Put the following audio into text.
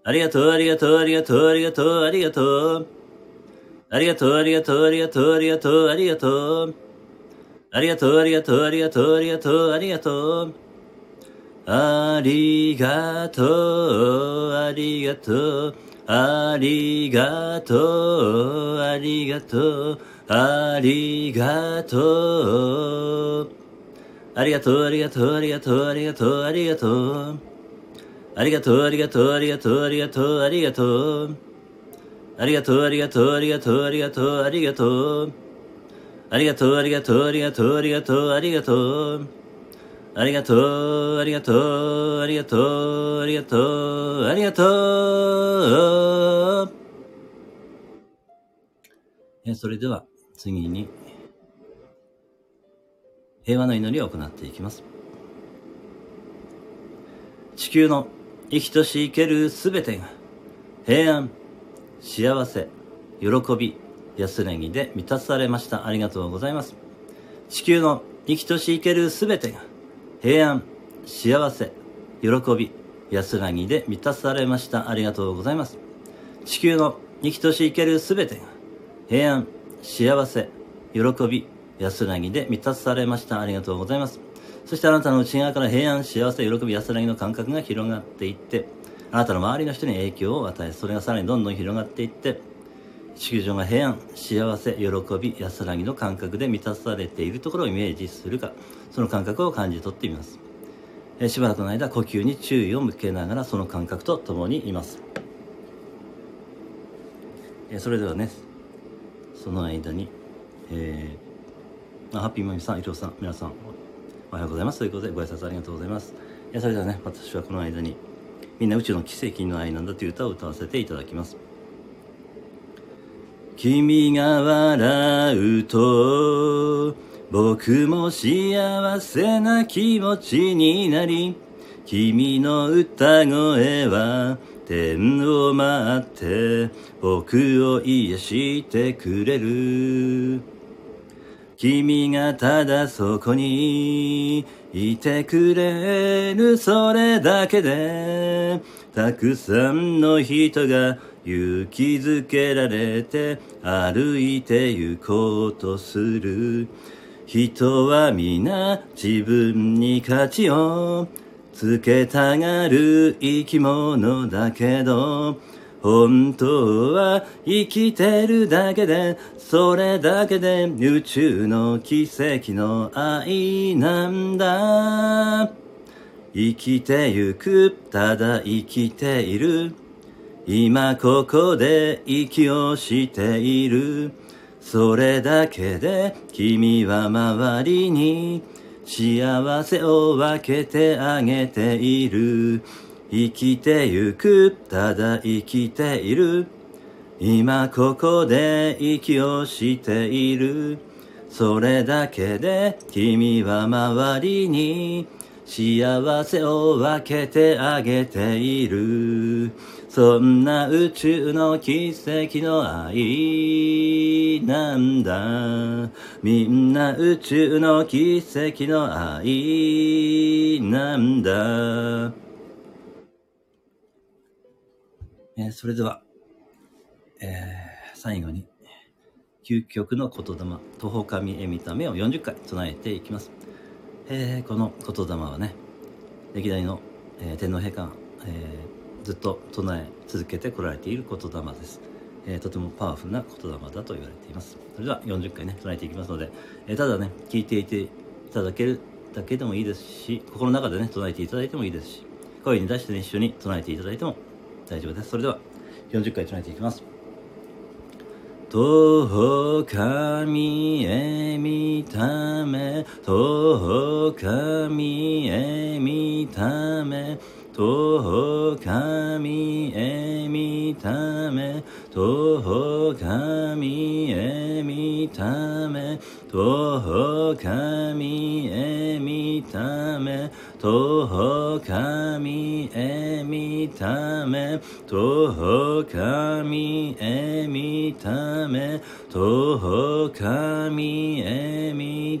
ありがとう、ありがとう、ありがとう、ありがとう、ありがとう。ありがとう、ありがとう、ありがとう、ありがとう、ありがとう。ありがとう、ありがとう、ありがとう、ありがとう、ありがとう。ありがとう、ありがとう、ありがとう、ありがとう、ありがとう。ありがとう、ありがとう、ありがとう、ありがとう、ありがとう。ありがとう、ありがとう、ありがとう、ありがとう、ありがとう。ありがとう、ありがとう、ありがとう、ありがとう、ありがとう。ありがとう、ありがとう、ありがとう、ありがとう、ありがとう。ありがとう、ありがとう、ありがとう、ありがとう、ありがとう。それでは次に平和の祈りを行っていきます。地球の生きとし生けるすべてが平安、幸せ、喜び、安らぎで満たされました。ありがとうございます。地球の生きとし生けるすべてが平安、幸せ、喜び、安らぎで満たされました。ありがとうございます。地球の生きとし生けるすべてが平安、幸せ、喜び、安らぎで満たされました。ありがとうございます。そしてあなたの内側から平安、幸せ、喜び、安らぎの感覚が広がっていって、あなたの周りの人に影響を与え、それがさらにどんどん広がっていって、地球上が平安、幸せ、喜び、安らぎの感覚で満たされているところをイメージするか、その感覚を感じ取ってみます。しばらくの間、呼吸に注意を向けながら、その感覚と共にいます。それではね、その間に、ハッピーマミさん、伊藤さん、皆さん、おはようございます。ということで、ご挨拶ありがとうございます。それではね、私はこの間に、みんな宇宙の奇跡の愛なんだという歌を歌わせていただきます。君が笑うと僕も幸せな気持ちになり、君の歌声は天を待って僕を癒してくれる。君がただそこにいてくれる、それだけでたくさんの人が勇気づけられて歩いて行こうとする。人は皆自分に価値をつけたがる生き物だけど、本当は生きてるだけで、それだけで宇宙の奇跡の愛なんだ。生きてゆく、ただ生きている、今ここで息をしている、それだけで君は周りに幸せを分けてあげている。生きてゆく、ただ生きている、今ここで息をしている、それだけで君は周りに幸せを分けてあげている。そんな宇宙の奇跡の愛なんだ。みんな宇宙の奇跡の愛なんだ。それでは、最後に究極の言霊、徒歩神へ見た目を40回唱えていきます。この言霊はね、歴代の、天皇陛下が、ずっと唱え続けてこられている言霊です。とてもパワフルな言霊だと言われています。それでは40回ね唱えていきますので、ただね聞いていていただけるだけでもいいですし、心の中でね唱えていただいてもいいですし、声に出してね一緒に唱えていただいても大丈夫です。それでは40回唱えていきます。徒歩神へ見た目、徒歩神へ見た目、徒歩神へ見た目、徒歩神へ見た目、徒歩神へ見た目、徒歩神へ見た目、徒歩神へ見た目、徒歩神へ見